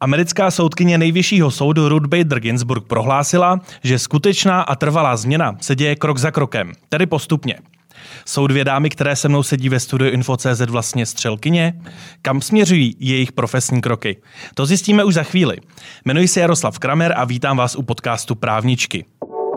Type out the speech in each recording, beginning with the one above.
Americká soudkyně nejvyššího soudu Ruth Bader Ginsburg prohlásila, že skutečná a trvalá změna se děje krok za krokem, tedy postupně. Jsou dvě dámy, které se mnou sedí ve studiu Info.cz vlastně střelkyně. Kam směřují jejich profesní kroky? To zjistíme už za chvíli. Jmenuji se Jaroslav Kramer a vítám vás u podcastu Právničky.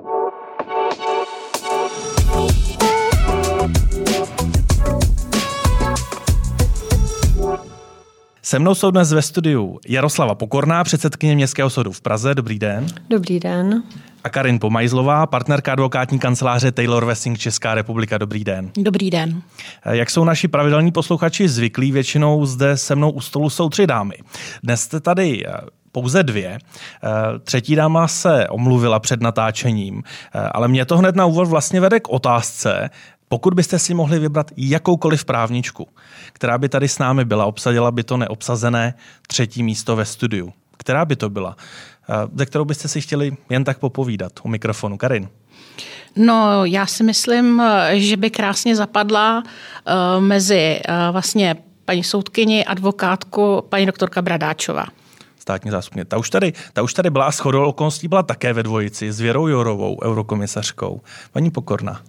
Se mnou jsou dnes ve studiu Jaroslava Pokorná, předsedkyně Městského soudu v Praze. Dobrý den. Dobrý den. A Karin Pomajzlová, partnerka advokátní kanceláře Taylor Wessing Česká republika. Dobrý den. Dobrý den. Jak jsou naši pravidelní posluchači zvyklí, většinou zde se mnou u stolu jsou tři dámy. Dnes jste tady pouze dvě. Třetí dáma se omluvila před natáčením, ale mě to hned na úvod vlastně vede k otázce, pokud byste si mohli vybrat jakoukoliv právničku, která by tady s námi byla, obsadila by to neobsazené třetí místo ve studiu. Která by to byla? Ze kterou byste si chtěli jen tak popovídat u mikrofonu? Karin? No, já si myslím, že by krásně zapadla mezi vlastně paní soudkyni, advokátku, paní doktorka Bradáčová. Státní zástupkyně. Ta už tady byla a shodou okolností byla také ve dvojici s Věrou Jourovou, eurokomisařkou. Paní Pokorná.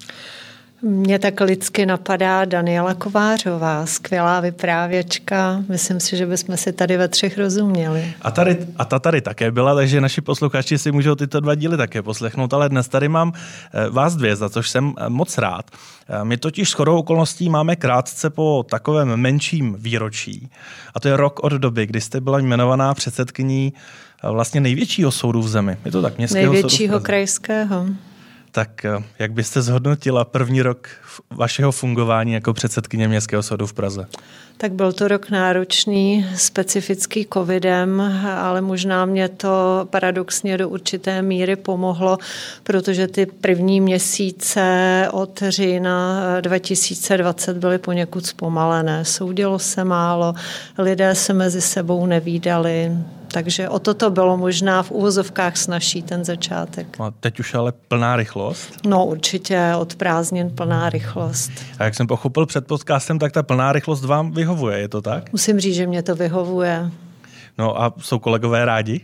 Mně tak lidsky napadá Daniela Kovářová, skvělá vyprávěčka. Myslím si, že bychom si tady ve třech rozuměli. A ta tady také byla, takže naši posluchači si můžou tyto dva díly také poslechnout, ale dnes tady mám vás dvě, za což jsem moc rád. My totiž shodou okolností máme krátce po takovém menším výročí. A to je rok od doby, kdy jste byla jmenovaná předsedkyní vlastně největšího soudu v zemi. Je to tak? Městského soudu v Praze. Největšího krajského. Tak jak byste zhodnotila první rok vašeho fungování jako předsedkyně Městského soudu v Praze? Tak byl to rok náročný, specifický covidem, ale možná mě to paradoxně do určité míry pomohlo, protože ty první měsíce od října 2020 byly poněkud zpomalené. Soudilo se málo, lidé se mezi sebou nevídali, takže o toto bylo možná v uvozovkách snazší ten začátek. A teď už ale plná rychlost? No určitě, od prázdnin plná rychlost. A jak jsem pochopil před podcastem, tak ta plná rychlost vám vyhovuje, je to tak? Musím říct, že mě to vyhovuje. No a jsou kolegové rádi?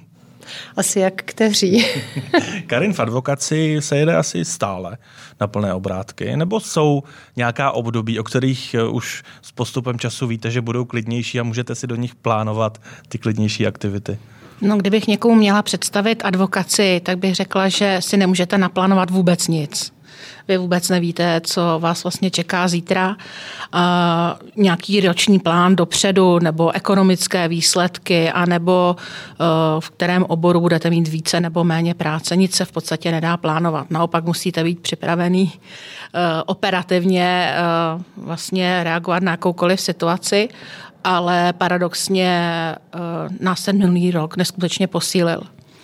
Asi jak kteří. Karin, v advokaci se jede asi stále na plné obrátky, nebo jsou nějaká období, o kterých už s postupem času víte, že budou klidnější a můžete si do nich plánovat ty klidnější aktivity? No, kdybych někomu měla představit advokaci, tak bych řekla, že si nemůžete naplánovat vůbec nic. Vy vůbec nevíte, co vás vlastně čeká zítra. Nějaký roční plán dopředu, nebo ekonomické výsledky, anebo v kterém oboru budete mít více nebo méně práce. Nic se v podstatě nedá plánovat. Naopak musíte být připravený operativně vlastně reagovat na jakoukoliv situaci, ale paradoxně nás ten minulý rok neskutečně posílil.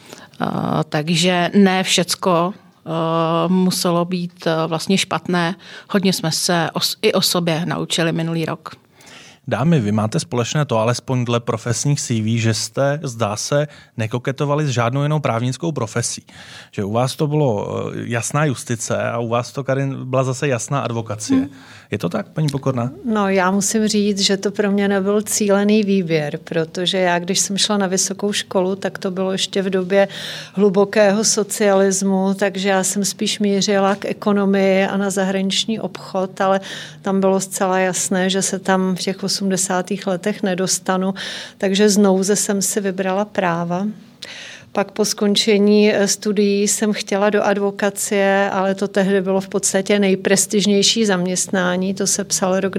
Takže ne všecko muselo být vlastně špatné. Hodně jsme se i o sobě naučili minulý rok. Dámy, vy máte společné to, alespoň dle profesních CV, že jste, zdá se, nekoketovali s žádnou jinou právnickou profesí. Že u vás to bylo jasná justice a u vás to, Karin, byla zase jasná advokacie. Je to tak, paní Pokorná? No, já musím říct, že to pro mě nebyl cílený výběr, protože já, když jsem šla na vysokou školu, tak to bylo ještě v době hlubokého socialismu, takže já jsem spíš mířila k ekonomii a na zahraniční obchod, ale tam bylo zcela jasné, že se tam v těch 80. letech nedostanu, takže z nouze jsem si vybrala práva. Pak po skončení studií jsem chtěla do advokacie, ale to tehdy bylo v podstatě nejprestižnější zaměstnání, to se psalo rok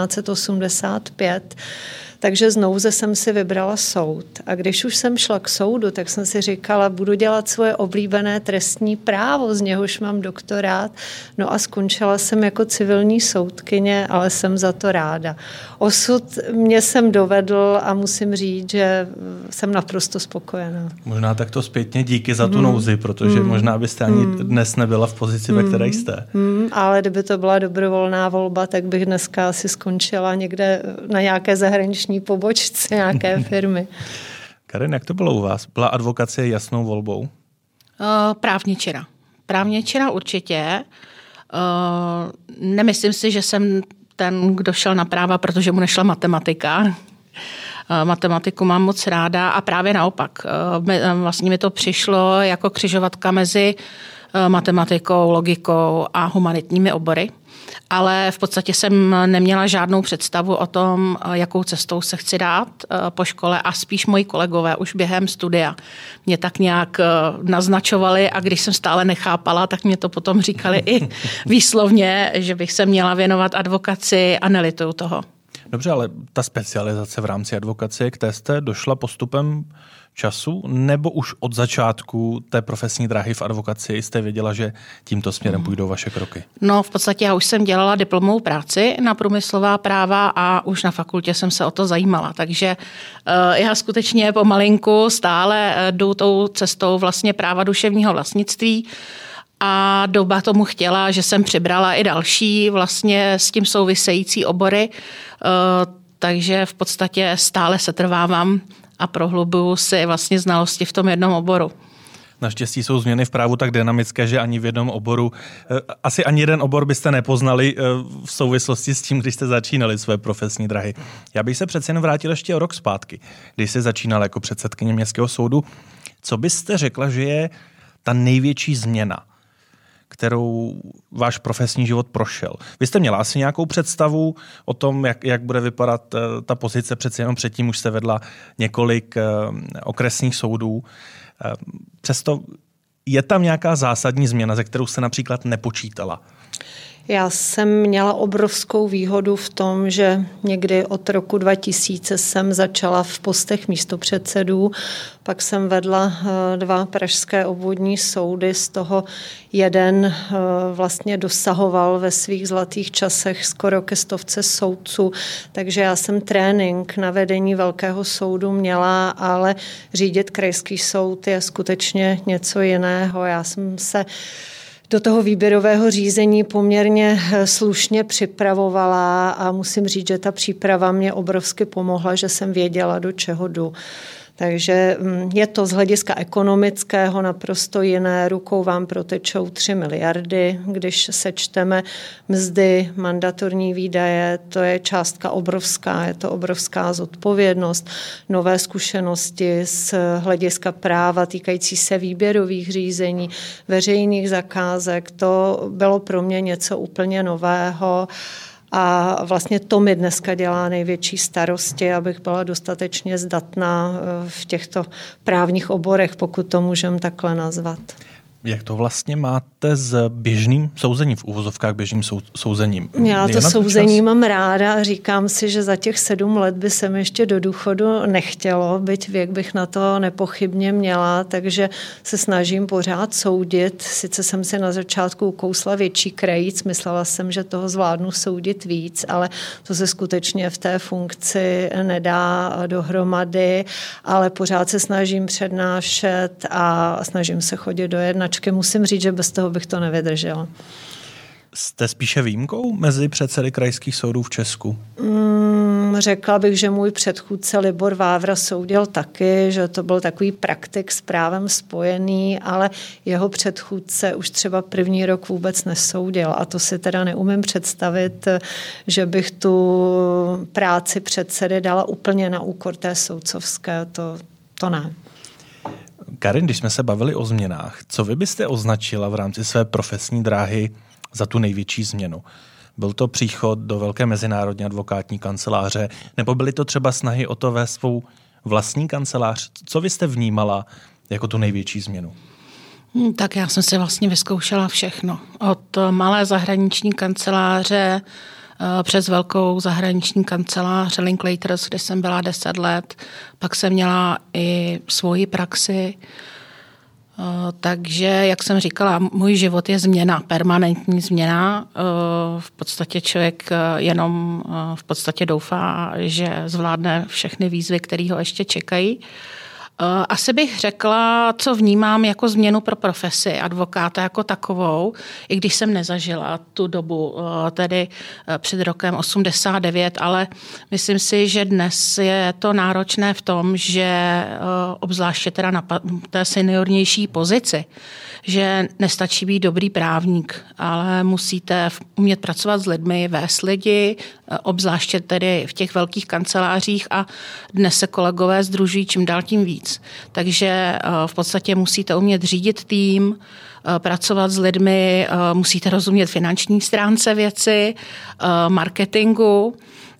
1985. Takže z nouze jsem si vybrala soud. A když už jsem šla k soudu, tak jsem si říkala, budu dělat svoje oblíbené trestní právo, z něhož mám doktorát. No a skončila jsem jako civilní soudkyně, ale jsem za to ráda. Osud mě sem dovedl a musím říct, že jsem naprosto spokojená. Možná takto zpětně díky za tu nouzi, protože možná byste ani dnes nebyla v pozici, ve které jste. Ale kdyby to byla dobrovolná volba, tak bych dneska asi skončila někde na nějaké zahraniční pobočce nějaké firmy. Karin, jak to bylo u vás? Byla advokacie jasnou volbou? Právničina. Právničina určitě. Nemyslím si, že jsem ten, kdo šel na práva, protože mu nešla matematika. Matematiku mám moc ráda a právě naopak. Vlastně mi to přišlo jako křižovatka mezi matematikou, logikou a humanitními obory. Ale v podstatě jsem neměla žádnou představu o tom, jakou cestou se chci dát po škole a spíš moji kolegové už během studia mě tak nějak naznačovali a když jsem stále nechápala, tak mě to potom říkali i výslovně, že bych se měla věnovat advokaci a nelituju toho. Dobře, ale ta specializace v rámci advokacie, k té jste došla postupem času, nebo už od začátku té profesní dráhy v advokacii jste věděla, že tímto směrem půjdou vaše kroky? No, v podstatě já už jsem dělala diplomovou práci na průmyslová práva a už na fakultě jsem se o to zajímala. Takže já skutečně pomalinku stále jdu tou cestou vlastně práva duševního vlastnictví a doba tomu chtěla, že jsem přibrala i další vlastně s tím související obory, takže v podstatě stále se trvávám a prohlubuju si vlastně znalosti v tom jednom oboru. Naštěstí jsou změny v právu tak dynamické, že ani v jednom oboru, asi ani jeden obor byste nepoznali v souvislosti s tím, když jste začínali své profesní drahy. Já bych se přece jen vrátil ještě o rok zpátky, když jste začínal jako předsedkyně Městského soudu. Co byste řekla, že je ta největší změna, kterou váš profesní život prošel? Vy jste měla asi nějakou představu o tom, jak bude vypadat ta pozice, přeci jenom předtím už jste vedla několik okresních soudů. Přesto je tam nějaká zásadní změna, ze kterou jste například nepočítala? Já jsem měla obrovskou výhodu v tom, že někdy od roku 2000 jsem začala v postech místopředsedů, pak jsem vedla 2 pražské obvodní soudy, z toho jeden vlastně dosahoval ve svých zlatých časech skoro ke 100 soudců, takže já jsem trénink na vedení velkého soudu měla, ale řídit krajský soud je skutečně něco jiného. Já jsem se do toho výběrového řízení poměrně slušně připravovala a musím říct, že ta příprava mě obrovsky pomohla, že jsem věděla, do čeho jdu. Takže je to z hlediska ekonomického naprosto jiné. Rukou vám protečou 3 miliardy, když sečteme mzdy, mandatorní výdaje, to je částka obrovská, je to obrovská zodpovědnost, nové zkušenosti z hlediska práva týkající se výběrových řízení, veřejných zakázek, to bylo pro mě něco úplně nového. A vlastně to mi dneska dělá největší starosti, abych byla dostatečně zdatná v těchto právních oborech, pokud to můžeme takhle nazvat. Jak to vlastně máte s běžným souzením, v uvozovkách běžným souzením? Já to souzení mám ráda a říkám si, že za těch 7 let by se mi ještě do důchodu nechtělo, byť věk bych na to nepochybně měla, takže se snažím pořád soudit. Sice jsem si na začátku ukousla větší krajíc, myslela jsem, že toho zvládnu soudit víc, ale to se skutečně v té funkci nedá dohromady, ale pořád se snažím přednášet a snažím se chodit do jednačky. Musím říct, že bez toho bych to nevydržela. Jste spíše výjimkou mezi předsedy krajských soudů v Česku? Řekla bych, že můj předchůdce Libor Vávra soudil taky, že to byl takový praktik s právem spojený, ale jeho předchůdce už třeba první rok vůbec nesoudil a to si teda neumím představit, že bych tu práci předsedy dala úplně na úkor té soudcovské, to ne. Karin, když jsme se bavili o změnách, co vy byste označila v rámci své profesní dráhy za tu největší změnu? Byl to příchod do velké mezinárodní advokátní kanceláře, nebo byly to třeba snahy o to vést svou vlastní kancelář? Co vy jste vnímala jako tu největší změnu? Tak já jsem si vlastně vyzkoušela všechno. Od malé zahraniční kanceláře přes velkou zahraniční kancelář Linklaters, kde jsem byla 10 let. Pak jsem měla i svoji praxi. Takže, jak jsem říkala, můj život je změna, permanentní změna. V podstatě člověk jenom v podstatě doufá, že zvládne všechny výzvy, které ho ještě čekají. Asi bych řekla, co vnímám jako změnu pro profesi advokáta jako takovou, i když jsem nezažila tu dobu, tedy před rokem 89, ale myslím si, že dnes je to náročné v tom, že obzvláště teda na té seniornější pozici, že nestačí být dobrý právník, ale musíte umět pracovat s lidmi, vést lidi, obzvláště tedy v těch velkých kancelářích a dnes se kolegové sdružují čím dál tím víc. Takže v podstatě musíte umět řídit tým, pracovat s lidmi, musíte rozumět finanční stránce věci, marketingu,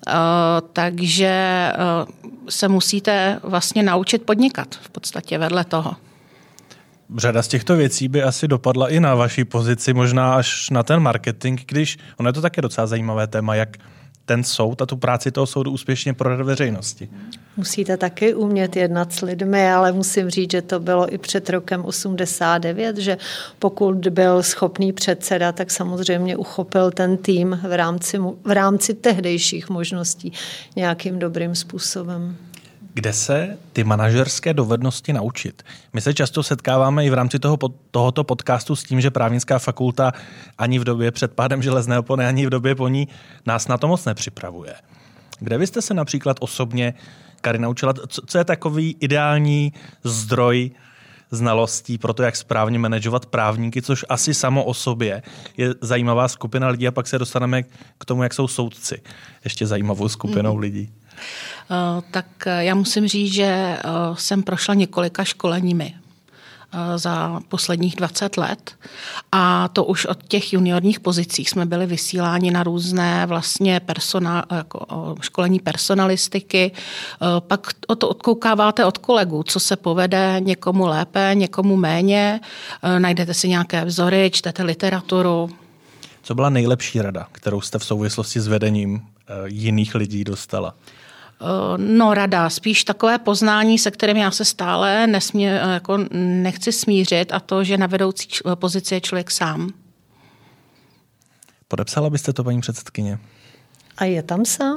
takže se musíte vlastně naučit podnikat v podstatě vedle toho. Řada z těchto věcí by asi dopadla i na vaší pozici, možná až na ten marketing, když ono je to také docela zajímavé téma, jak ten soud a tu práci toho soudu úspěšně prodat veřejnosti. Musíte taky umět jednat s lidmi, ale musím říct, že to bylo i před rokem 89, že pokud byl schopný předseda, tak samozřejmě uchopil ten tým v rámci tehdejších možností nějakým dobrým způsobem. Kde se ty manažerské dovednosti naučit? My se často setkáváme i v rámci tohoto podcastu s tím, že právnická fakulta ani v době před pádem železné opony, ani v době po ní nás na to moc nepřipravuje. Kde vy jste se například osobně, Kari, naučila, co je takový ideální zdroj znalostí pro to, jak správně manažovat právníky, což asi samo o sobě je zajímavá skupina lidí a pak se dostaneme k tomu, jak jsou soudci. Ještě zajímavou skupinou lidí. Tak já musím říct, že jsem prošla několika školeními za posledních 20 let a to už od těch juniorních pozicích jsme byli vysíláni na různé vlastně školení personalistiky. Pak to odkoukáváte od kolegů, co se povede někomu lépe, někomu méně, najdete si nějaké vzory, čtete literaturu. Co byla nejlepší rada, kterou jste v souvislosti s vedením jiných lidí dostala? No rada, spíš takové poznání, se kterým já se stále nechci smířit a to, že na vedoucí pozici je člověk sám. Podepsala byste to, paní předsedkyně? A je tam sám?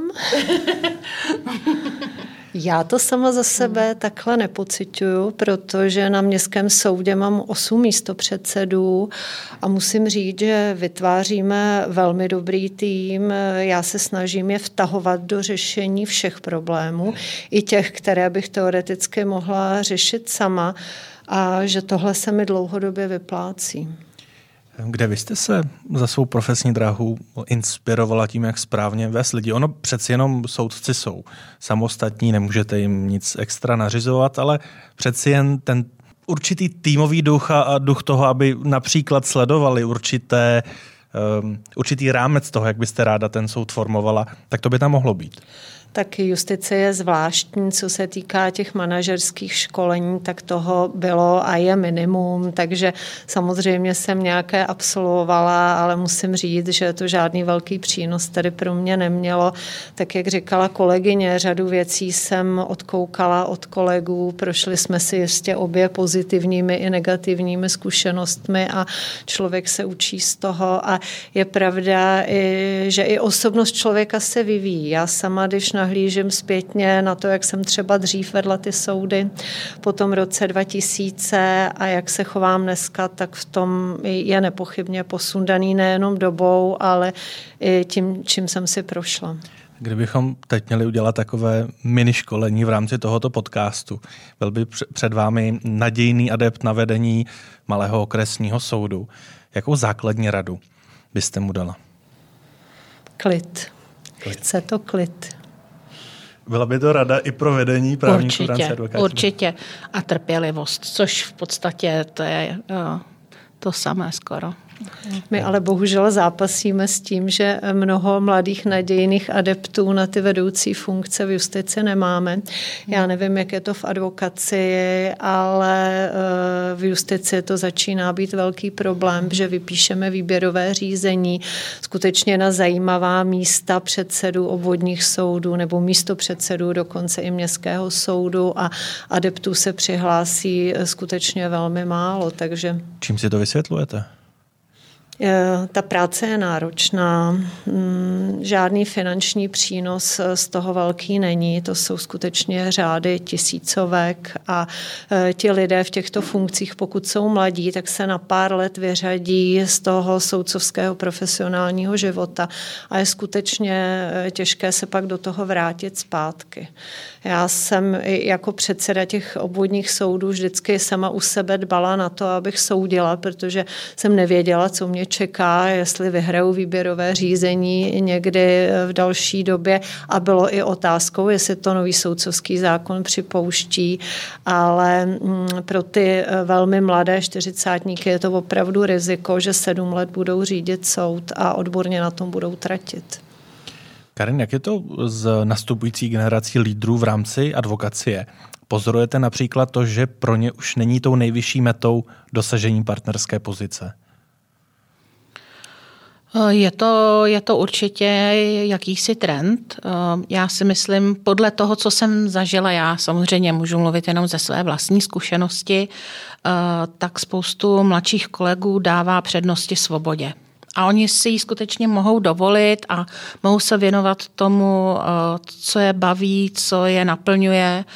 Já to sama za sebe takhle nepociťuju, protože na městském soudě mám 8 místopředsedů a musím říct, že vytváříme velmi dobrý tým. Já se snažím je vtahovat do řešení všech problémů, i těch, které bych teoreticky mohla řešit sama, a že tohle se mi dlouhodobě vyplácí. Kde vy jste se za svou profesní dráhu inspirovala tím, jak správně vést lidi? Ono přeci jenom soudci jsou samostatní, nemůžete jim nic extra nařizovat, ale přeci jen ten určitý týmový duch a duch toho, aby například sledovali určitý rámec toho, jak byste ráda ten soud formovala, tak to by tam mohlo být. Tak justice je zvláštní, co se týká těch manažerských školení, tak toho bylo a je minimum, takže samozřejmě jsem nějaké absolvovala, ale musím říct, že to žádný velký přínos tady pro mě nemělo. Tak jak říkala kolegyně, řadu věcí jsem odkoukala od kolegů, prošli jsme si jistě obě pozitivními i negativními zkušenostmi a člověk se učí z toho a je pravda, že i osobnost člověka se vyvíjí. Já sama, když nahlížím zpětně na to, jak jsem třeba dřív vedla ty soudy po tom roce 2000 a jak se chovám dneska, tak v tom je nepochybně posundaný nejenom dobou, ale i tím, čím jsem si prošla. Kdybychom teď měli udělat takové miniškolení v rámci tohoto podcastu, byl by před vámi nadějný adept na vedení malého okresního soudu. Jakou základní radu byste mu dala? Klid. Chce to klid. Byla by to rada i pro vedení právníků v rámci advokátů? Určitě. A trpělivost, což v podstatě to je to samé skoro. My ale bohužel zápasíme s tím, že mnoho mladých nadějných adeptů na ty vedoucí funkce v justici nemáme. Já nevím, jak je to v advokaci, ale v justici to začíná být velký problém, že vypíšeme výběrové řízení skutečně na zajímavá místa předsedů obvodních soudů nebo místopředsedů dokonce i městského soudu a adeptů se přihlásí skutečně velmi málo. Takže... Čím si to vysvětlujete? Ta práce je náročná, žádný finanční přínos z toho velký není, to jsou skutečně řády tisícovek a ti lidé v těchto funkcích, pokud jsou mladí, tak se na pár let vyřadí z toho soudcovského profesionálního života a je skutečně těžké se pak do toho vrátit zpátky. Já jsem jako předseda těch obvodních soudů vždycky sama u sebe dbala na to, abych soudila, protože jsem nevěděla, co mě mě čeká, jestli vyhraju výběrové řízení někdy v další době a bylo i otázkou, jestli to nový soudcovský zákon připouští, ale pro ty velmi mladé čtyřicátníky je to opravdu riziko, že 7 let budou řídit soud a odborně na tom budou tratit. Karin, jak je to s nastupující generací lídrů v rámci advokacie? Pozorujete například to, že pro ně už není tou nejvyšší metou dosažení partnerské pozice? Je to určitě jakýsi trend. Já si myslím, podle toho, co jsem zažila já, samozřejmě můžu mluvit jenom ze své vlastní zkušenosti, tak spoustu mladších kolegů dává přednosti svobodě. A oni si ji skutečně mohou dovolit a mohou se věnovat tomu, co je baví, co je naplňuje.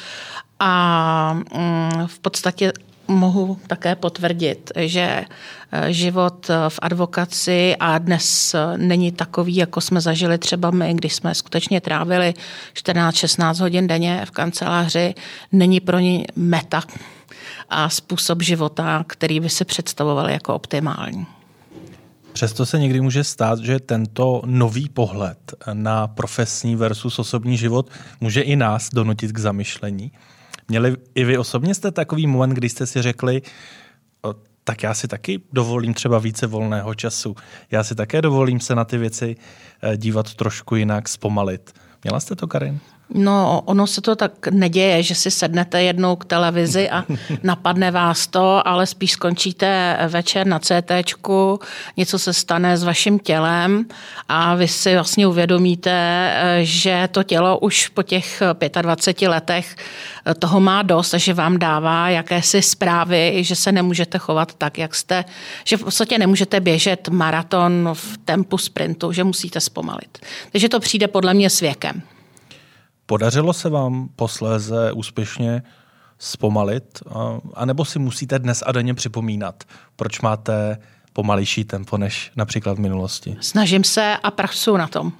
A v podstatě mohu také potvrdit, že život v advokaci a dnes není takový, jako jsme zažili třeba my, když jsme skutečně trávili 14-16 hodin denně v kanceláři, není pro ně meta a způsob života, který by si představovali jako optimální. Přesto se někdy může stát, že tento nový pohled na profesní versus osobní život může i nás donutit k zamyšlení. Měli i vy osobně jste takový moment, kdy jste si řekli, tak já si taky dovolím třeba více volného času. Já si také dovolím se na ty věci dívat trošku jinak, zpomalit. Měla jste to, Karin? No, ono se to tak neděje, že si sednete jednou k televizi a napadne vás to, ale spíš skončíte večer na CTčku, něco se stane s vaším tělem a vy si vlastně uvědomíte, že to tělo už po těch 25 letech toho má dost a že vám dává jakési zprávy, že se nemůžete chovat tak, jak jste, že v podstatě nemůžete běžet maraton v tempu sprintu, že musíte zpomalit. Takže to přijde podle mě s věkem. Podařilo se vám posléze úspěšně zpomalit, anebo si musíte dnes a denně připomínat, proč máte pomalejší tempo než například v minulosti? Snažím se a pracuji na tom.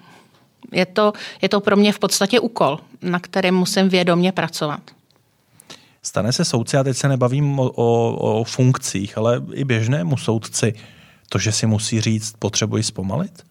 Je to pro mě v podstatě úkol, na kterém musím vědomě pracovat. Stane se soudci, a teď se nebavím o funkcích, ale i běžnému soudci, to, že si musí říct, potřebuji zpomalit?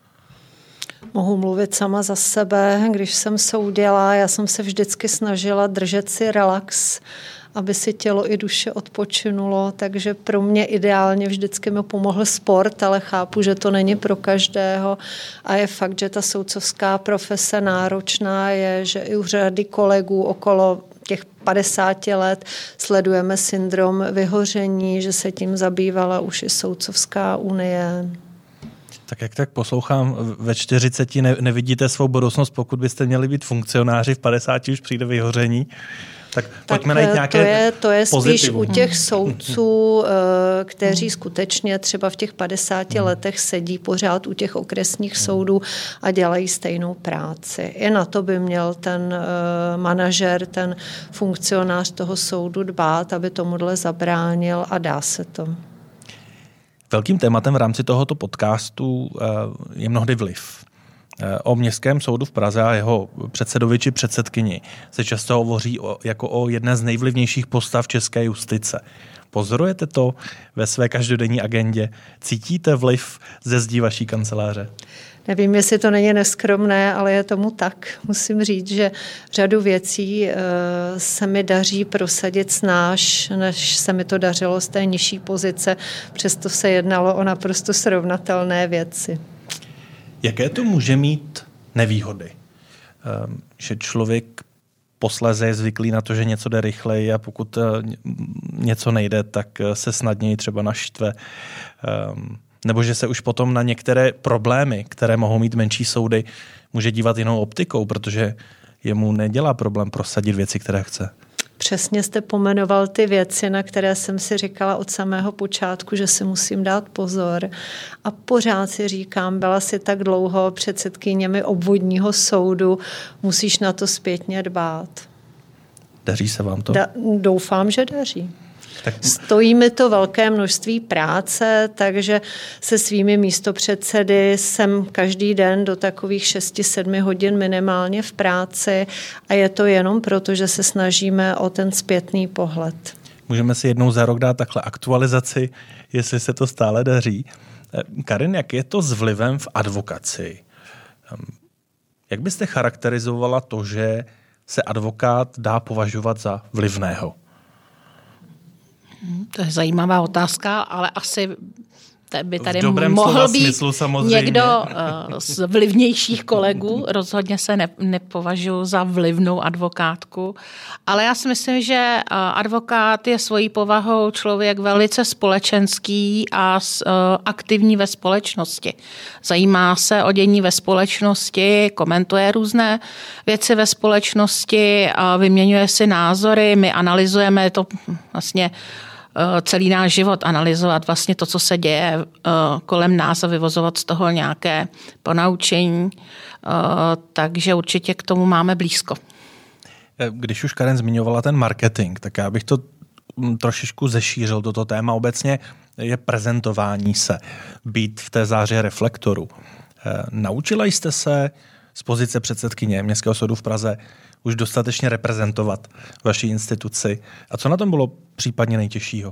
Mohu mluvit sama za sebe. Když jsem soudila, já jsem se vždycky snažila držet si relax, aby si tělo i duše odpočinulo, takže pro mě ideálně vždycky mi pomohl sport, ale chápu, že to není pro každého a je fakt, že ta soudcovská profese náročná je, že i u řady kolegů okolo těch 50 let sledujeme syndrom vyhoření, že se tím zabývala už i Soudcovská unie. Tak jak tak poslouchám, ve 40 nevidíte svou budoucnost, pokud byste měli být funkcionáři, v 50 už přijde vyhoření. Tak pojďme najít nějaké to je pozitivum. Spíš u těch soudců, kteří skutečně třeba v těch 50 letech sedí pořád u těch okresních soudů a dělají stejnou práci. I na to by měl ten manažer, ten funkcionář toho soudu dbát, aby tomuhle zabránil a dá se to. Velkým tématem v rámci tohoto podcastu je mnohdy vliv. O Městském soudu v Praze a jeho předsedovi či předsedkyni se často hovoří jako o jedné z nejvlivnějších postav české justice. Pozorujete to ve své každodenní agendě? Cítíte vliv ze zdí vaší kanceláře? Nevím, jestli to není neskromné, ale je tomu tak. Musím říct, že řadu věcí se mi daří prosadit snáš, než se mi to dařilo z té nižší pozice. Přesto se jednalo o naprosto srovnatelné věci. Jaké to může mít nevýhody? Že člověk posléze je zvyklý na to, že něco jde rychleji a pokud něco nejde, tak se snadněji třeba naštve. Nebo že se už potom na některé problémy, které mohou mít menší soudy, může dívat jinou optikou, protože jemu nedělá problém prosadit věci, které chce. Přesně jste pomenoval ty věci, na které jsem si říkala od samého počátku, že si musím dát pozor. A pořád si říkám, byla si tak dlouho předsedkyněmi obvodního soudu, musíš na to zpětně dbát. Daří se vám to? Doufám, že daří. Stojí mi to velké množství práce, takže se svými místopředsedy jsem každý den do takových 6-7 hodin minimálně v práci a je to jenom proto, že se snažíme o ten zpětný pohled. Můžeme si jednou za rok dát takhle aktualizaci, jestli se to stále daří. Karin, jak je to s vlivem v advokaci? Jak byste charakterizovala to, že se advokát dá považovat za vlivného? To je zajímavá otázka, ale asi by tady mohl být smyslu, samozřejmě. Někdo z vlivnějších kolegů. Rozhodně se nepovažuji za vlivnou advokátku, ale já si myslím, že advokát je svojí povahou člověk velice společenský a aktivní ve společnosti. Zajímá se o dění ve společnosti, komentuje různé věci ve společnosti, vyměňuje si názory, my analyzujeme to vlastně celý náš život, analyzovat vlastně to, co se děje kolem nás a vyvozovat z toho nějaké ponaučení. Takže určitě k tomu máme blízko. Když už Karen zmiňovala ten marketing, tak já bych to trošičku zešířil, toto téma obecně je prezentování se, být v té záři reflektoru. Naučila jste se z pozice předsedkyně Městského soudu v Praze už dostatečně reprezentovat vaši instituci? A co na tom bylo případně nejtěžšího?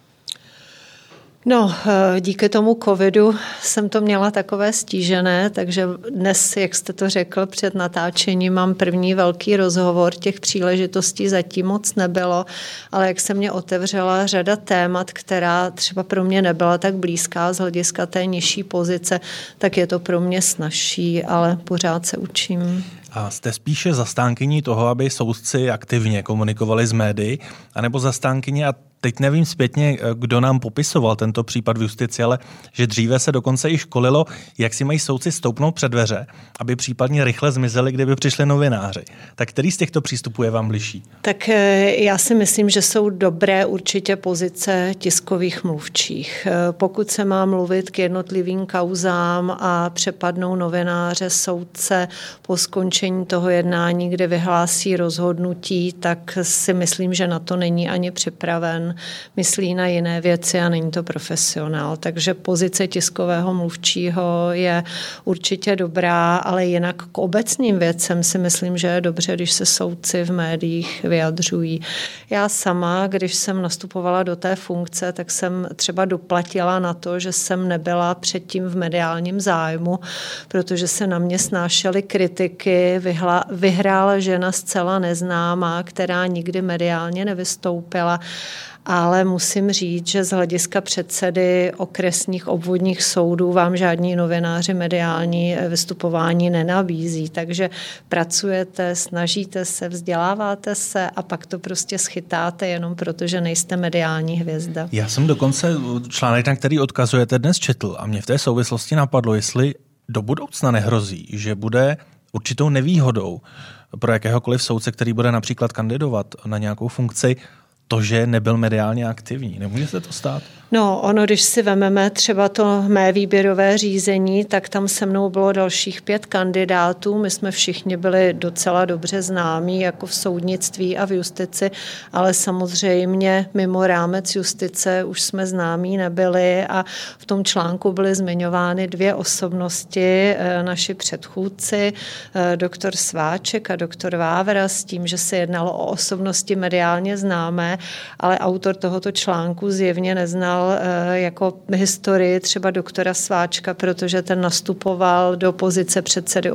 No, díky tomu covidu jsem to měla takové stížené, takže dnes, jak jste to řekl, před natáčením mám první velký rozhovor, těch příležitostí zatím moc nebylo, ale jak se mě otevřela řada témat, která třeba pro mě nebyla tak blízká z hlediska té nižší pozice, tak je to pro mě snazší, ale pořád se učím. A jste spíše zastánkyní toho, aby soudci aktivně komunikovali s médií, anebo zastánkyně, a teď nevím zpětně, kdo nám popisoval tento případ v justici, ale že dříve se dokonce i školilo, jak si mají soudci stoupnout před dveře, aby případně rychle zmizeli, kdyby přišli novináři. Tak který z těchto přístupů je vám bližší? Tak já si myslím, že jsou dobré určitě pozice tiskových mluvčích. Pokud se má mluvit k jednotlivým kauzám a přepadnou novináře, soudce po skončení toho jednání, kde vyhlásí rozhodnutí, tak si myslím, že na to není ani připraven. Myslí na jiné věci a není to profesionál. Takže pozice tiskového mluvčího je určitě dobrá, ale jinak k obecným věcem si myslím, že je dobře, když se soudci v médiích vyjadřují. Já sama, když jsem nastupovala do té funkce, tak jsem třeba doplatila na to, že jsem nebyla předtím v mediálním zájmu, protože se na mě snášely kritiky. Vyhrála žena zcela neznámá, která nikdy mediálně nevystoupila. Ale musím říct, že z hlediska předsedy okresních obvodních soudů vám žádní novináři mediální vystupování nenabízí. Takže pracujete, snažíte se, vzděláváte se a pak to prostě schytáte jenom proto, že nejste mediální hvězda. Já jsem dokonce článek, na který odkazujete, dnes četl a mě v té souvislosti napadlo, jestli do budoucna nehrozí, že bude určitou nevýhodou pro jakéhokoliv soudce, který bude například kandidovat na nějakou funkci, to, že nebyl mediálně aktivní. Nemůže se to stát? No, ono, když si vememe třeba to mé výběrové řízení, tak tam se mnou bylo dalších 5 kandidátů. My jsme všichni byli docela dobře známí, jako v soudnictví a v justici, ale samozřejmě mimo rámec justice už jsme známí nebyli a v tom článku byly zmiňovány 2 osobnosti, naši předchůdci, doktor Sváček a doktor Vávra, s tím, že se jednalo o osobnosti mediálně známé, ale autor tohoto článku zjevně neznal jako historii třeba doktora Sváčka, protože ten nastupoval do pozice předsedy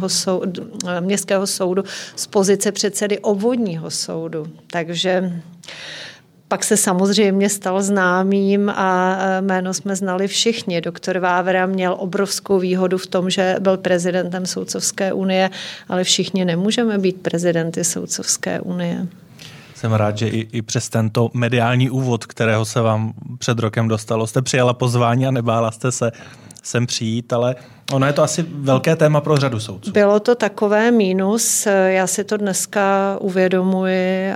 Městského soudu z pozice předsedy obvodního soudu. Takže pak se samozřejmě stal známým a jméno jsme znali všichni. Doktor Vávra měl obrovskou výhodu v tom, že byl prezidentem Soudcovské unie, ale všichni nemůžeme být prezidenty Soudcovské unie. Jsem rád, že i přes tento mediální úvod, kterého se vám před rokem dostalo, jste přijala pozvání a nebála jste se sem přijít, ale ono je to asi velké téma pro řadu soudců. Bylo to takové mínus, já si to dneska uvědomuji.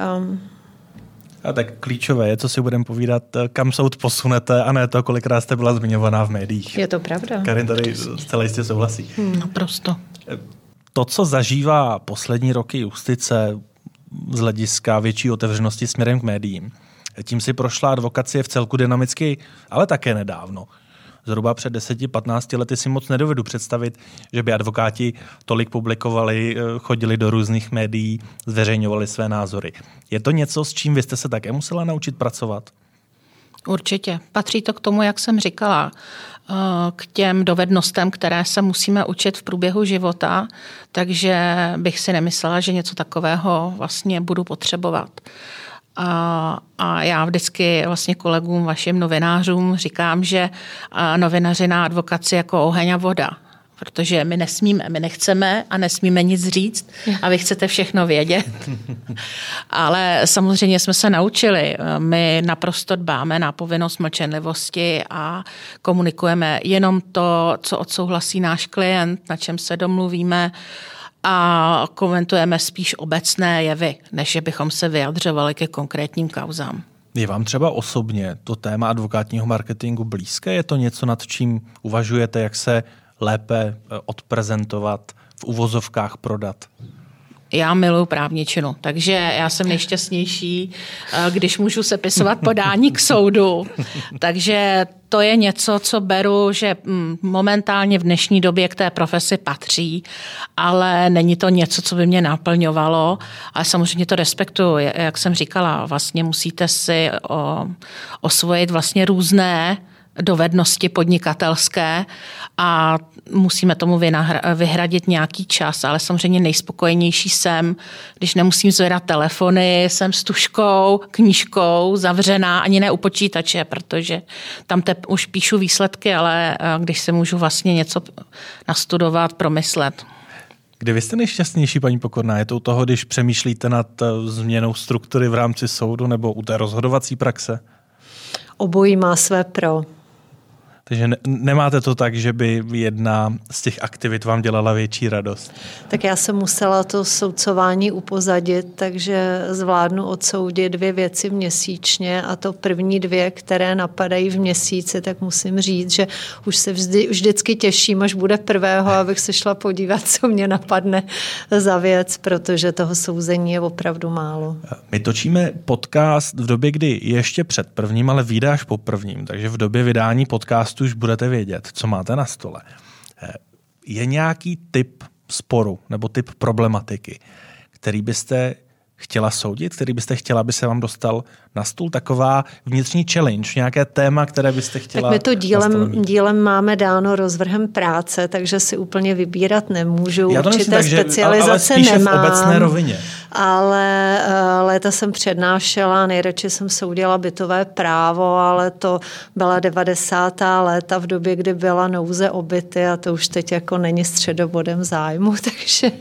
A tak klíčové je, co si budeme povídat, kam soud posunete a ne to, kolikrát jste byla zmiňovaná v médiích. Je to pravda. Karin tady zcela jistě souhlasí. Naprosto. To, co zažívá poslední roky justice, z hlediska větší otevřenosti směrem k médiím. Tím si prošla advokacie v celku dynamicky, ale také nedávno. Zhruba před 10-15 lety si moc nedovedu představit, že by advokáti tolik publikovali, chodili do různých médií, zveřejňovali své názory. Je to něco, s čím vy jste se také musela naučit pracovat? Určitě. Patří to k tomu, jak jsem říkala, k těm dovednostem, které se musíme učit v průběhu života, takže bych si nemyslela, že něco takového vlastně budu potřebovat. A já vždycky vlastně kolegům, vašim novinářům říkám, že novinařina advokaci jako oheň a voda. Protože my nesmíme, my nechceme a nesmíme nic říct a vy chcete všechno vědět. Ale samozřejmě jsme se naučili. My naprosto dbáme na povinnost mlčenlivosti a komunikujeme jenom to, co odsouhlasí náš klient, na čem se domluvíme a komentujeme spíš obecné jevy, než bychom se vyjadřovali ke konkrétním kauzám. Je vám třeba osobně to téma advokátního marketingu blízké? Je to něco, nad čím uvažujete, jak se lépe odprezentovat, v uvozovkách prodat? Já miluji právničinu, takže já jsem nejšťastnější, když můžu sepisovat podání k soudu. Takže to je něco, co beru, že momentálně v dnešní době k té profesi patří, ale není to něco, co by mě naplňovalo. Ale samozřejmě to respektuju. Jak jsem říkala, vlastně musíte si osvojit vlastně různé dovednosti podnikatelské a musíme tomu vyhradit nějaký čas, ale samozřejmě nejspokojenější jsem, když nemusím zvedat telefony, jsem s tužkou, knížkou, zavřená, ani ne u počítače, protože tam už píšu výsledky, ale když se můžu vlastně něco nastudovat, promyslet. Kdy vy jste nejšťastnější, paní Pokorná? Je to u toho, když přemýšlíte nad změnou struktury v rámci soudu nebo u té rozhodovací praxe? Obojí má své pro. Takže nemáte to tak, že by jedna z těch aktivit vám dělala větší radost? Tak já jsem musela to soudcování upozadit, takže zvládnu odsoudit 2 věci měsíčně a to první 2, které napadají v měsíci, tak musím říct, že už se vždycky těším, až bude 1., abych se šla podívat, co mě napadne za věc, protože toho souzení je opravdu málo. My točíme podcast v době, kdy je ještě před 1., ale vyjde až po 1., takže v době vydání podcastu už budete vědět, co máte na stole. Je nějaký typ sporu nebo typ problematiky, který byste chtěla soudit, který byste chtěla, aby se vám dostal na stůl? Taková vnitřní challenge, nějaké téma, které byste chtěla? Tak my to dílem máme dáno rozvrhem práce, takže si úplně vybírat nemůžu. Já to určité tak, specializace ale nemám. V obecné rovině. Ale léta jsem přednášela, nejradši jsem soudila bytové právo, ale to byla 90. léta v době, kdy byla nouze o byty a to už teď jako není středobodem zájmu, takže...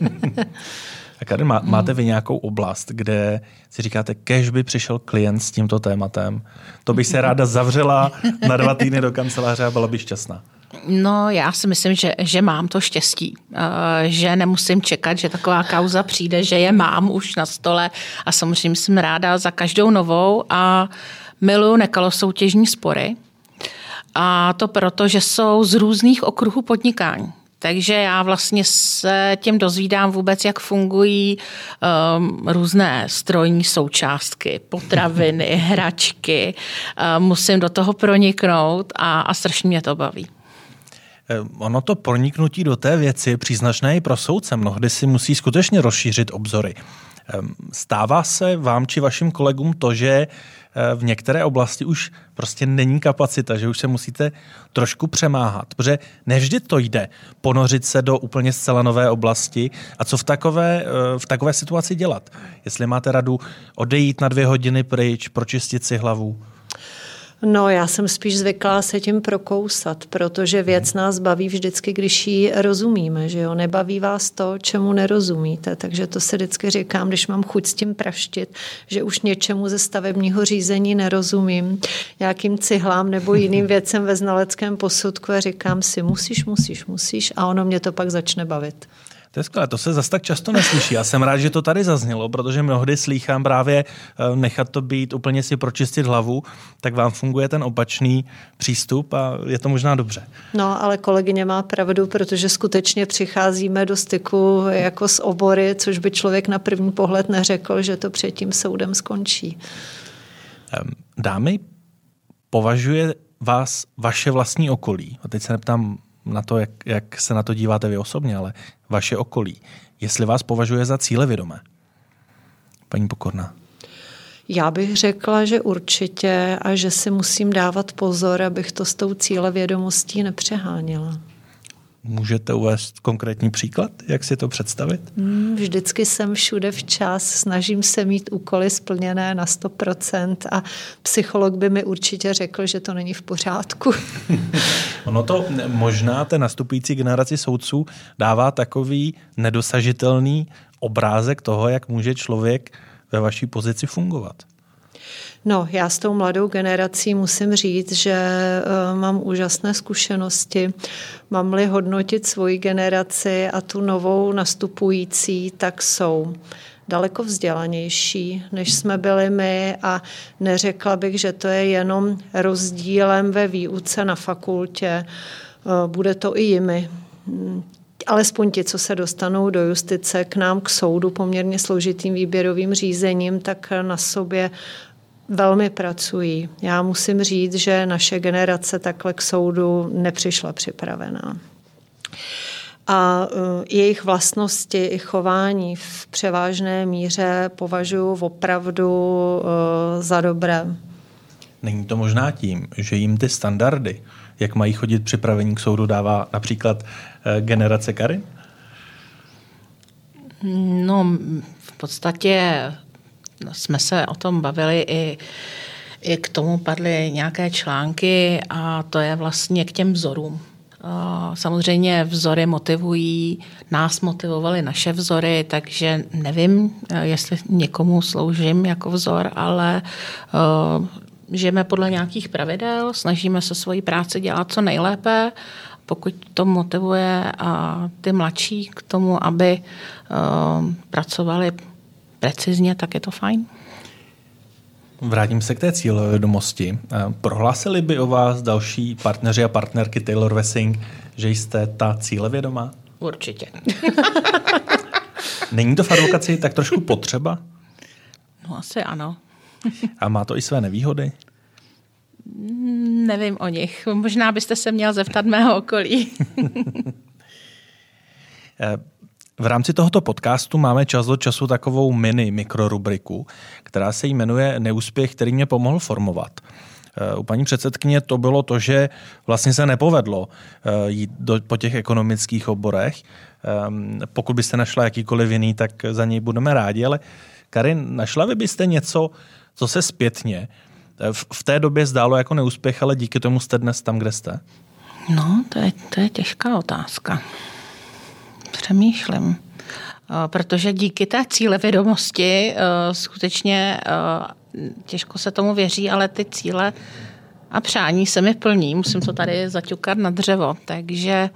A Karin, máte vy nějakou oblast, kde si říkáte, kéž by přišel klient s tímto tématem, to bych se ráda zavřela na 2 týdny do kanceláře a byla by šťastná? No, já si myslím, že mám to štěstí, že nemusím čekat, že taková kauza přijde, že je mám už na stole a samozřejmě jsem ráda za každou novou a miluji nekalosoutěžní spory. A to proto, že jsou z různých okruhů podnikání. Takže já vlastně se tím dozvídám vůbec, jak fungují různé strojní součástky, potraviny, hračky. Musím do toho proniknout a strašně mě to baví. Ono to proniknutí do té věci je příznačné i pro soudce. Mnohdy si musí skutečně rozšířit obzory. Stává se vám či vašim kolegům to, že v některé oblasti už prostě není kapacita, že už se musíte trošku přemáhat, protože nevždy to jde ponořit se do úplně zcela nové oblasti a co v takové situaci dělat? Jestli máte radu odejít na 2 hodiny pryč, pročistit si hlavu? No, já jsem spíš zvyklá se tím prokousat, protože věc nás baví vždycky, když jí rozumíme, že jo? Nebaví vás to, čemu nerozumíte, takže to si vždycky říkám, když mám chuť s tím praštit, že už něčemu ze stavebního řízení nerozumím, nějakým cihlám nebo jiným věcem ve znaleckém posudku a říkám si, musíš a ono mě to pak začne bavit. To je skvělé, to se zase tak často neslyší. Já jsem rád, že to tady zaznělo, protože mnohdy slýchám právě nechat to být, úplně si pročistit hlavu, tak vám funguje ten opačný přístup a je to možná dobře. No, ale kolegyně má pravdu, protože skutečně přicházíme do styku jako s obory, což by člověk na první pohled neřekl, že to před tím soudem skončí. Dámy, považuje vás vaše vlastní okolí, a teď se neptám na to, jak se na to díváte vy osobně, ale vaše okolí, jestli vás považuje za cílevědomé? Paní Pokorná. Já bych řekla, že určitě a že si musím dávat pozor, abych to s tou cílevědomostí nepřeháněla. Můžete uvést konkrétní příklad, jak si to představit? Vždycky jsem všude včas, snažím se mít úkoly splněné na 100% a psycholog by mi určitě řekl, že to není v pořádku. Ono to možná té nastupující generaci soudců dává takový nedosažitelný obrázek toho, jak může člověk ve vaší pozici fungovat. No, já s tou mladou generací musím říct, že mám úžasné zkušenosti. Mám-li hodnotit svoji generaci a tu novou nastupující, tak jsou daleko vzdělanější, než jsme byli my a neřekla bych, že to je jenom rozdílem ve výuce na fakultě. Bude to i jimi. Alespoň ti, co se dostanou do justice k nám, k soudu, poměrně složitým výběrovým řízením, tak na sobě velmi pracují. Já musím říct, že naše generace takhle k soudu nepřišla připravená. A jejich vlastnosti i chování v převážné míře považuji opravdu za dobré. Není to možná tím, že jim ty standardy, jak mají chodit připravení k soudu, dává například generace Karin? No, v podstatě jsme se o tom bavili i k tomu padly nějaké články a to je vlastně k těm vzorům. Samozřejmě vzory motivují, nás motivovaly naše vzory, takže nevím, jestli někomu sloužím jako vzor, ale žijeme podle nějakých pravidel, snažíme se svoji práci dělat co nejlépe, pokud to motivuje ty mladší k tomu, aby pracovali precizně, tak je to fajn. Vrátím se k té cílevědomosti. Prohlásili by o vás další partneři a partnerky Taylor Wessing, že jste ta cílevědomá? Určitě. Není to v advokacii tak trošku potřeba? No asi ano. A má to i své nevýhody? Nevím o nich. Možná byste se měl zeptat mého okolí. V rámci tohoto podcastu máme čas od času takovou mikrorubriku, která se jmenuje Neúspěch, který mě pomohl formovat. U paní předsedkyně to bylo to, že vlastně se nepovedlo jít po těch ekonomických oborech. Pokud byste našla jakýkoliv jiný, tak za něj budeme rádi, ale Karin, našla vy byste něco, co se zpětně v té době zdálo jako neúspěch, ale díky tomu jste dnes tam, kde jste? No, to je těžká otázka. Přemýšlím. Protože díky té cílevědomosti skutečně těžko se tomu věří, ale ty cíle a přání se mi plní. Musím to tady zaťukat na dřevo. Takže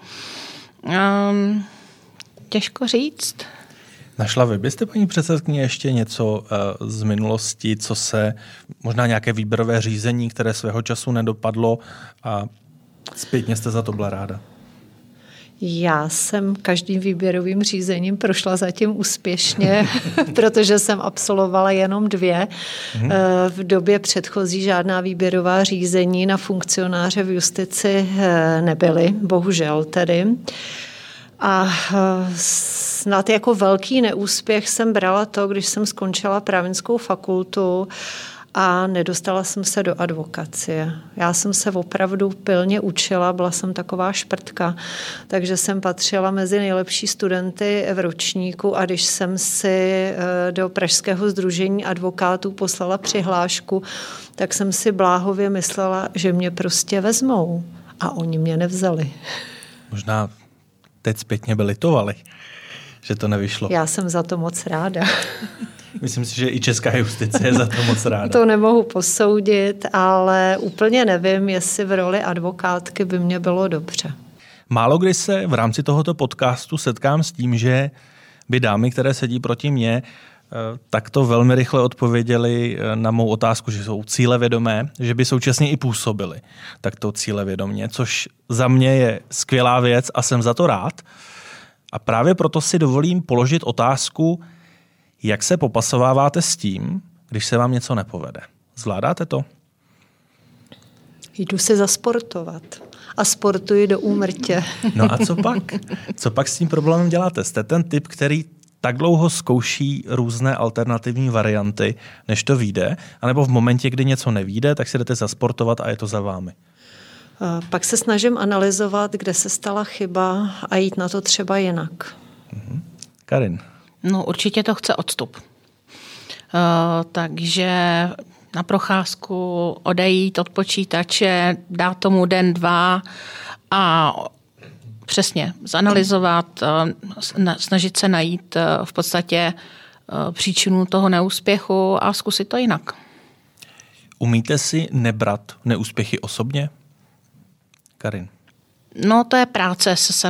těžko říct. Našla vy byste, paní předsedkyně, ještě něco z minulosti, co se, možná nějaké výběrové řízení, které svého času nedopadlo a zpětně jste za to byla ráda? Já jsem každým výběrovým řízením prošla zatím úspěšně, protože jsem absolvovala jenom 2. V době předchozí žádná výběrová řízení na funkcionáře v justici nebyly, bohužel tedy. A snad jako velký neúspěch jsem brala to, když jsem skončila právnickou fakultu a nedostala jsem se do advokacie. Já jsem se opravdu pilně učila, byla jsem taková šprtka, takže jsem patřila mezi nejlepší studenty v ročníku a když jsem si do Pražského sdružení advokátů poslala přihlášku, tak jsem si bláhově myslela, že mě prostě vezmou a oni mě nevzali. Možná teď zpětně by litovali, že to nevyšlo. Já jsem za to moc ráda. Myslím si, že i česká justice je za to moc ráda. To nemohu posoudit, ale úplně nevím, jestli v roli advokátky by mě bylo dobře. Málo kdy se v rámci tohoto podcastu setkám s tím, že by dámy, které sedí proti mně, tak to velmi rychle odpověděli na mou otázku, že jsou cílevědomé, že by současně i působili takto cílevědomě, což za mě je skvělá věc a jsem za to rád. A právě proto si dovolím položit otázku, jak se popasováváte s tím, když se vám něco nepovede. Zvládáte to? Jdu si zasportovat a sportuji do úmrtě. No a co pak? Co pak s tím problémem děláte? Jste ten typ, který tak dlouho zkouší různé alternativní varianty, než to vyjde, anebo v momentě, kdy něco nevyjde, tak si jdete zasportovat a je to za vámi? Pak se snažím analyzovat, kde se stala chyba a jít na to třeba jinak. Karin? No určitě to chce odstup. Takže na procházku odejít od počítače, dát tomu den, dva a přesně zanalyzovat, snažit se najít v podstatě příčinu toho neúspěchu a zkusit to jinak. Umíte si nebrat neúspěchy osobně? Karin? No to je práce se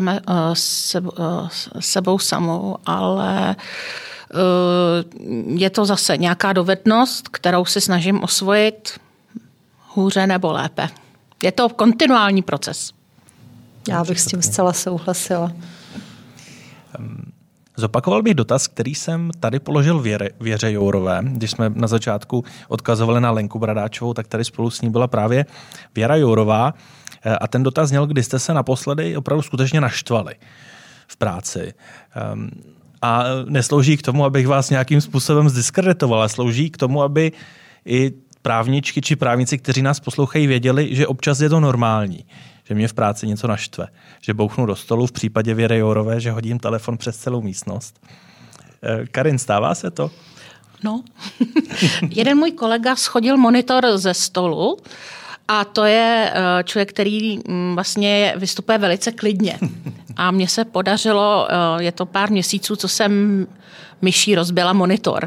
sebou samou, ale je to zase nějaká dovednost, kterou si snažím osvojit hůře nebo lépe. Je to kontinuální proces. Já bych s tím zcela souhlasila. Zopakoval bych dotaz, který jsem tady položil Věře Jourové. Když jsme na začátku odkazovali na Lenku Bradáčovou, tak tady spolu s ní byla právě Věra Jourová. A ten dotaz zněl, kdy jste se naposledy opravdu skutečně naštvali v práci. A neslouží k tomu, abych vás nějakým způsobem zdiskreditoval, ale slouží k tomu, aby i právničky či právníci, kteří nás poslouchají, věděli, že občas je to normální, že mě v práci něco naštve, že bouchnu do stolu, v případě Věry Jourové, že hodím telefon přes celou místnost. Karin, stává se to? No. Jeden můj kolega shodil monitor ze stolu a to je člověk, který vlastně vystupuje velice klidně. A mně se podařilo, je to pár měsíců, co jsem myší rozbila monitor.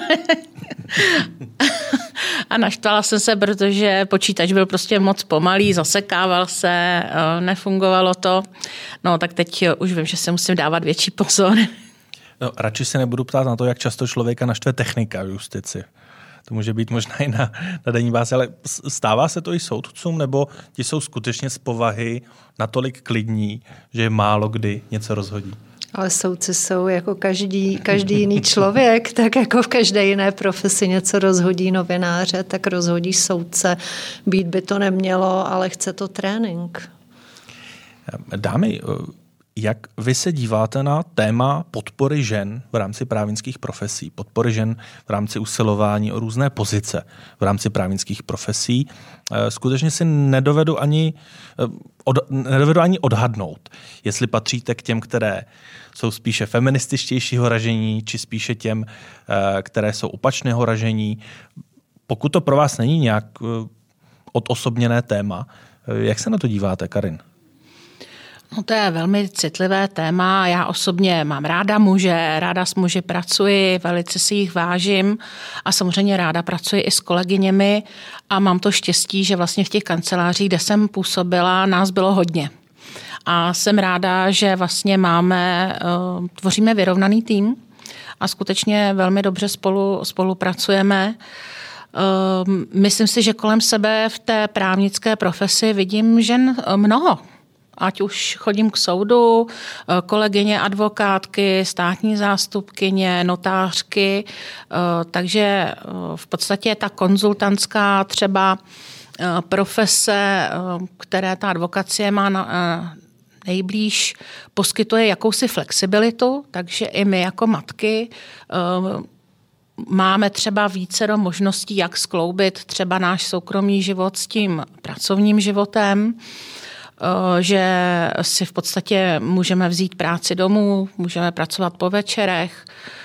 A naštvala jsem se, protože počítač byl prostě moc pomalý, zasekával se, nefungovalo to. No tak teď už vím, že se musím dávat větší pozor. No, radši se nebudu ptát na to, jak často člověka naštve technika v justici. To může být možná i na denní bázi, ale stává se to i soudcům, nebo ti jsou skutečně z povahy natolik klidní, že málo kdy něco rozhodí? Ale soudci jsou jako každý jiný člověk, tak jako v každé jiné profesi něco rozhodí novináře, tak rozhodí soudce. Být by to nemělo, ale chce to trénink. Dámy, jak vy se díváte na téma podpory žen v rámci právnických profesí, podpory žen v rámci usilování o různé pozice v rámci právnických profesí? Skutečně si nedovedu ani odhadnout, jestli patříte k těm, které jsou spíše feminističtějšího ražení, či spíše těm, které jsou opačného ražení. Pokud to pro vás není nějak odosobněné téma, jak se na to díváte, Karin? No to je velmi citlivé téma. Já osobně mám ráda muže, ráda s muži pracuji, velice si jich vážím a samozřejmě ráda pracuji i s kolegyněmi a mám to štěstí, že vlastně v těch kancelářích, kde jsem působila, nás bylo hodně. A jsem ráda, že vlastně tvoříme vyrovnaný tým a skutečně velmi dobře spolupracujeme. Myslím si, že kolem sebe v té právnické profesi vidím žen mnoho. Ať už chodím k soudu, kolegyně advokátky, státní zástupkyně, notářky, takže v podstatě ta konzultantská třeba profese, které ta advokacie má nejblíž, poskytuje jakousi flexibilitu, takže i my jako matky máme třeba vícero možností, jak skloubit třeba náš soukromý život s tím pracovním životem, že si v podstatě můžeme vzít práci domů, můžeme pracovat po večerech.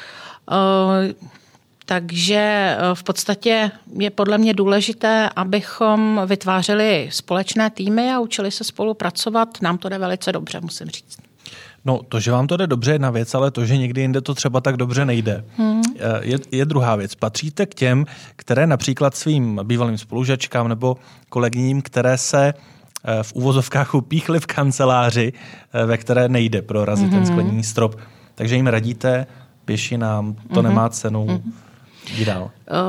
Takže v podstatě je podle mě důležité, abychom vytvářeli společné týmy a učili se spolupracovat. Nám to jde velice dobře, musím říct. No, to, že vám to jde dobře, je jedna věc, ale to, že někdy jinde to třeba tak dobře nejde, je druhá věc. Patříte k těm, které například svým bývalým spolužačkám nebo kolegyním, které se v uvozovkách upíchli v kanceláři, ve které nejde prorazit ten skleněný strop. Takže jim radíte, běží nám, to nemá cenu, jdi dál.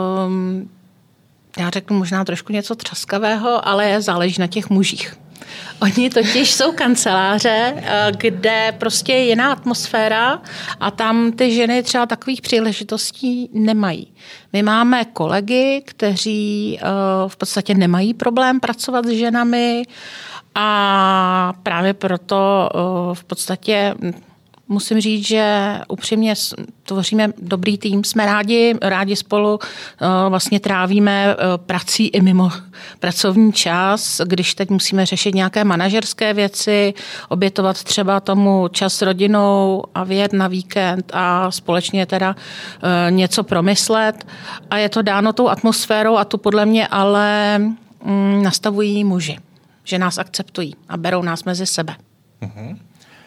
Já řeknu možná trošku něco třaskavého, ale záleží na těch mužích. Oni totiž jsou kanceláře, kde prostě je jiná atmosféra a tam ty ženy třeba takových příležitostí nemají. My máme kolegy, kteří v podstatě nemají problém pracovat s ženami a právě proto v podstatě Musím říct, že upřímně tvoříme dobrý tým, jsme rádi spolu vlastně trávíme prací i mimo pracovní čas, když teď musíme řešit nějaké manažerské věci, obětovat třeba tomu čas s rodinou a vyjet na víkend a společně teda něco promyslet. A je to dáno tou atmosférou a tu podle mě ale nastavují muži, že nás akceptují a berou nás mezi sebe. Mhm.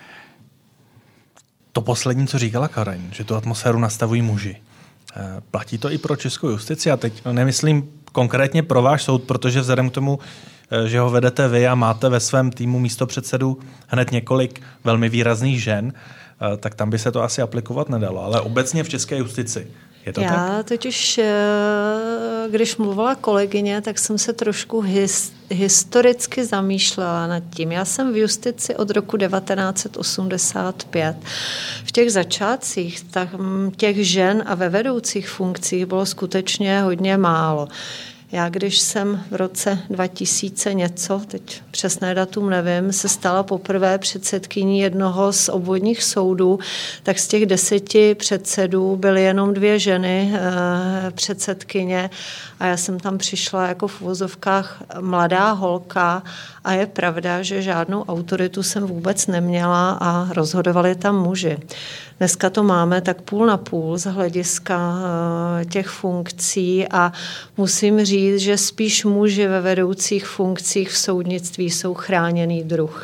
To poslední, co říkala Karen, že tu atmosféru nastavují muži. Platí to i pro českou justici? A teď nemyslím konkrétně pro váš soud, protože vzhledem k tomu, že ho vedete vy a máte ve svém týmu místopředsedů hned několik velmi výrazných žen, tak tam by se to asi aplikovat nedalo. Ale obecně v české justici je to tak? Já totiž, když mluvila kolegyně, tak jsem se trošku historicky zamýšlela nad tím. Já jsem v justici od roku 1985. V těch začátcích těch žen a ve vedoucích funkcích bylo skutečně hodně málo. Já, když jsem v roce 2000 něco, teď přesné datum nevím, se stala poprvé předsedkyní jednoho z obvodních soudů, tak z těch 10 předsedů byly jenom 2 ženy předsedkyně a já jsem tam přišla jako v uvozovkách mladá holka a je pravda, že žádnou autoritu jsem vůbec neměla a rozhodovali tam muži. Dneska to máme tak půl na půl z hlediska těch funkcí a musím říct, že spíš muži ve vedoucích funkcích v soudnictví jsou chráněný druh.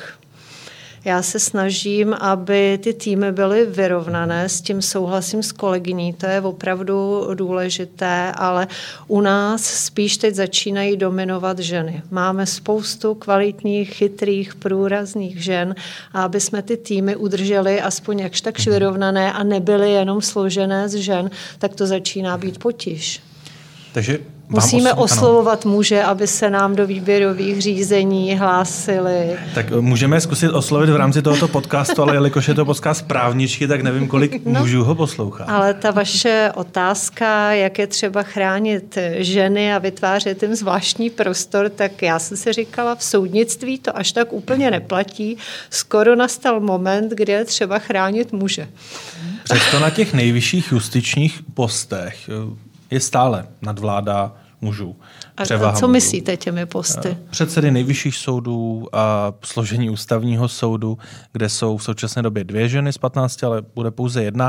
Já se snažím, aby ty týmy byly vyrovnané, s tím souhlasím s kolegyní, to je opravdu důležité, ale u nás spíš teď začínají dominovat ženy. Máme spoustu kvalitních, chytrých, průrazných žen a aby jsme ty týmy udrželi aspoň jakž takž vyrovnané a nebyly jenom složené z žen, tak to začíná být potíž. Takže musíme oslovovat muže, aby se nám do výběrových řízení hlásili. Tak můžeme zkusit oslovit v rámci tohoto podcastu, ale jelikož je to podcast právničky, tak nevím, kolik mužů ho poslouchá. Ale ta vaše otázka, jak je třeba chránit ženy a vytvářet jim zvláštní prostor, tak já jsem si říkala, v soudnictví to až tak úplně neplatí. Skoro nastal moment, kdy je třeba chránit muže. Přesto na těch nejvyšších justičních postech je stále nadvláda mužů. A co myslíte těmi posty? Předsedy nejvyšších soudů a složení ústavního soudu, kde jsou v současné době 2 ženy z 15, ale bude pouze 1.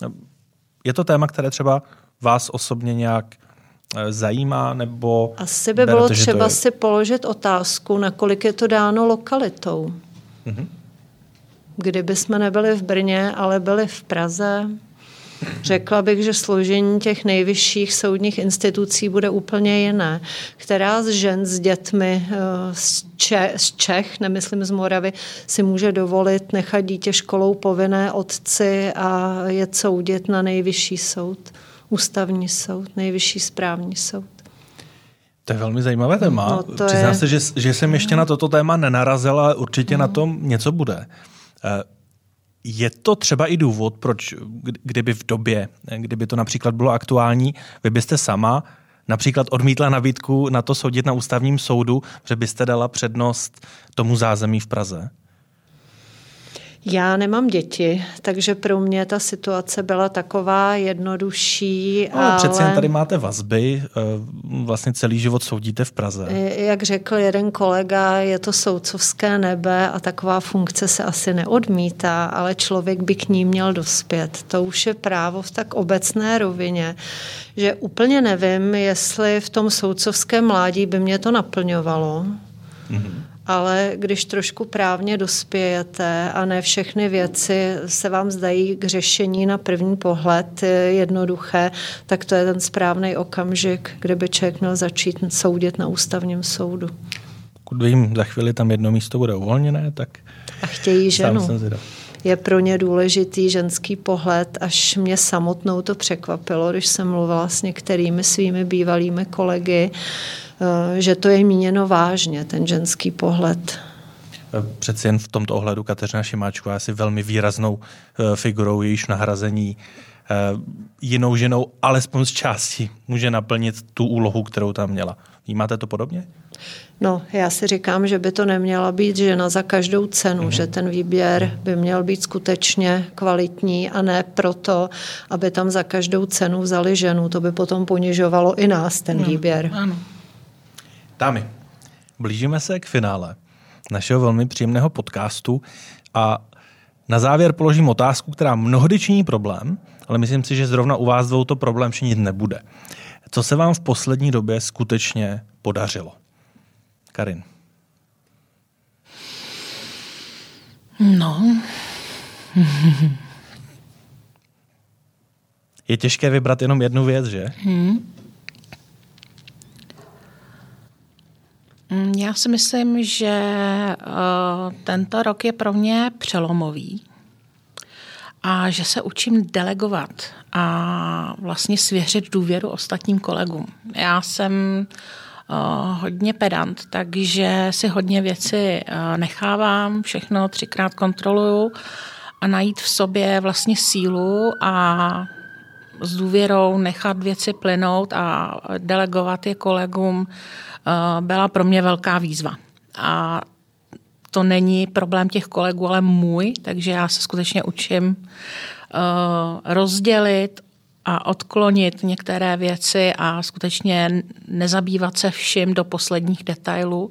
Je to téma, které třeba vás osobně nějak zajímá? Nebo asi by bylo třeba si položit otázku, nakolik je to dáno lokalitou. Mhm. Kdyby jsme nebyli v Brně, ale byli v Praze, řekla bych, že složení těch nejvyšších soudních institucí bude úplně jiné. Která z žen s dětmi z Čech, nemyslím z Moravy, si může dovolit nechat dítě školou povinné otci a jet soudit na nejvyšší soud, ústavní soud, nejvyšší správní soud. To je velmi zajímavé téma. Přiznám se, že jsem ještě na toto téma nenarazil, ale určitě na tom něco bude. Je to třeba i důvod, proč, kdyby v době, kdyby to například bylo aktuální, vy byste sama například odmítla nabídku na to soudit na ústavním soudu, že byste dala přednost tomu zázemí v Praze? Já nemám děti, takže pro mě ta situace byla taková jednodušší. Ale přece jen tady máte vazby, vlastně celý život soudíte v Praze. Jak řekl jeden kolega, je to soudcovské nebe a taková funkce se asi neodmítá, ale člověk by k ní měl dospět. To už je právo v tak obecné rovině, že úplně nevím, jestli v tom soudcovském mládí by mě to naplňovalo. Mhm. Ale když trošku právně dospějete a ne všechny věci se vám zdají k řešení na první pohled jednoduché, tak to je ten správný okamžik, kde by člověk měl začít soudit na ústavním soudu. Pokud vím, za chvíli tam jedno místo bude uvolněné, tak... A chtějí ženu. Je pro ně důležitý ženský pohled, až mě samotnou to překvapilo, když jsem mluvila s některými svými bývalými kolegy, že to je míněno vážně, ten ženský pohled. Přeci jen v tomto ohledu Kateřina Šimáčková je asi velmi výraznou figurou, jejíž nahrazení jinou ženou alespoň z části může naplnit tu úlohu, kterou tam měla Vnímáte to podobně? No, já si říkám, že by to neměla být žena za každou cenu, že ten výběr by měl být skutečně kvalitní a ne proto, aby tam za každou cenu vzali ženu. To by potom ponižovalo i nás, ten výběr. Ano. Dámy, blížíme se k finále našeho velmi příjemného podcastu a na závěr položím otázku, která mnohdy činí problém, ale myslím si, že zrovna u vás dvou to problém činit nebude. Co se vám v poslední době skutečně podařilo? Karin. No. Je těžké vybrat jenom jednu věc, že? Já si myslím, že tento rok je pro mě přelomový a že se učím delegovat a vlastně svěřit důvěru ostatním kolegům. Já jsem hodně pedant, takže si hodně věci nechávám, všechno 3krát kontroluju a najít v sobě vlastně sílu a s důvěrou nechat věci plynout a delegovat je kolegům byla pro mě velká výzva. A to není problém těch kolegů, ale můj, takže já se skutečně učím rozdělit a odklonit některé věci a skutečně nezabývat se vším do posledních detailů.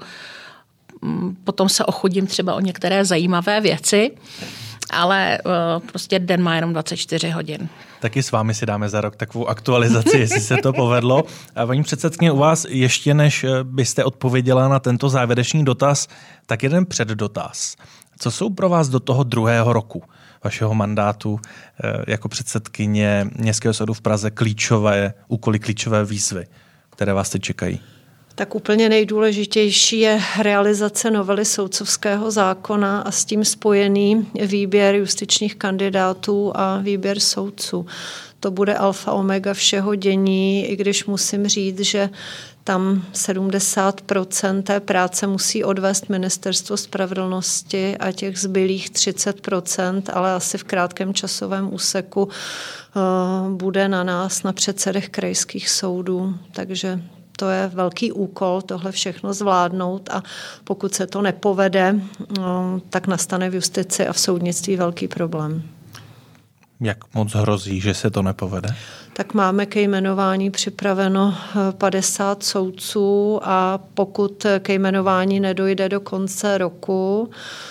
Potom se ochudím třeba o některé zajímavé věci, ale prostě den má jenom 24 hodin. Taky s vámi si dáme za rok takovou aktualizaci, jestli se to povedlo. A paní předsedkyně, u vás ještě než byste odpověděla na tento závěrečný dotaz, tak jeden předdotaz. Co jsou pro vás do toho 2. roku vašeho mandátu jako předsedkyně Městského soudu v Praze klíčové úkoly, klíčové výzvy, které vás teď čekají? Tak úplně nejdůležitější je realizace novely soudcovského zákona a s tím spojený výběr justičních kandidátů a výběr soudců. To bude alfa omega všeho dění, i když musím říct, že tam 70% té práce musí odvést Ministerstvo spravedlnosti a těch zbylých 30%, ale asi v krátkém časovém úseku bude na nás, na předsedech krajských soudů. Takže to je velký úkol tohle všechno zvládnout a pokud se to nepovede, tak nastane v justici a v soudnictví velký problém. Jak moc hrozí, že se to nepovede? Tak máme ke jmenování připraveno 50 soudců a pokud ke jmenování nedojde do konce roku,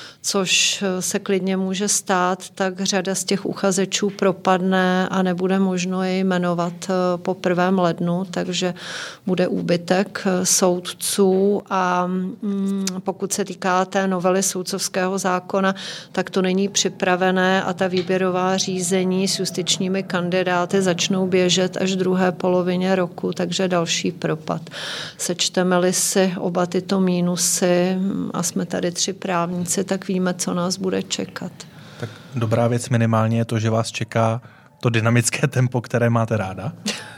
což se klidně může stát, tak řada z těch uchazečů propadne a nebude možno je jmenovat po 1. lednu, takže bude úbytek soudců a pokud se týká té novely soudcovského zákona, tak to není připravené a ta výběrová řízení s justičními kandidáty začnou běžet až v druhé polovině roku, takže další propad. Sečteme-li si oba tyto mínusy a jsme tady 3 právníci, tak víme, co nás bude čekat. Tak dobrá věc minimálně je to, že vás čeká to dynamické tempo, které máte ráda.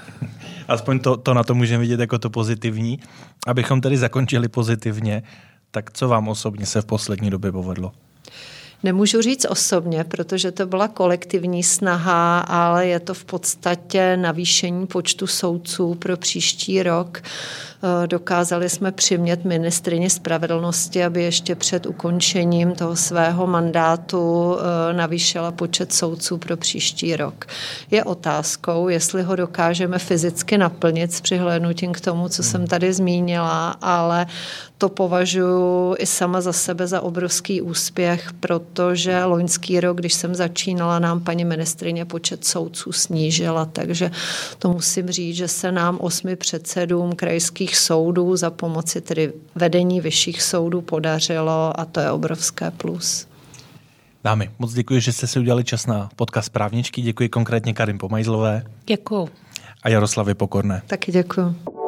Aspoň to na to můžeme vidět jako to pozitivní. Abychom tedy zakončili pozitivně, tak co vám osobně se v poslední době povedlo? Nemůžu říct osobně, protože to byla kolektivní snaha, ale je to v podstatě navýšení počtu soudců pro příští rok. Dokázali jsme přimět ministryni spravedlnosti, aby ještě před ukončením toho svého mandátu navýšila počet soudců pro příští rok. Je otázkou, jestli ho dokážeme fyzicky naplnit s přihlédnutím k tomu, co jsem tady zmínila, ale to považuji i sama za sebe za obrovský úspěch, protože loňský rok, když jsem začínala, nám paní ministryně počet soudců snížila, takže to musím říct, že se nám 8 předsedům krajských soudů za pomoci tedy vedení vyšších soudů podařilo a to je obrovské plus. Dámy, moc děkuji, že jste si udělali čas na podcast Právničky. Děkuji konkrétně Karin Pomajzlové. Děkuju. A Jaroslavě Pokorné. Taky děkuju.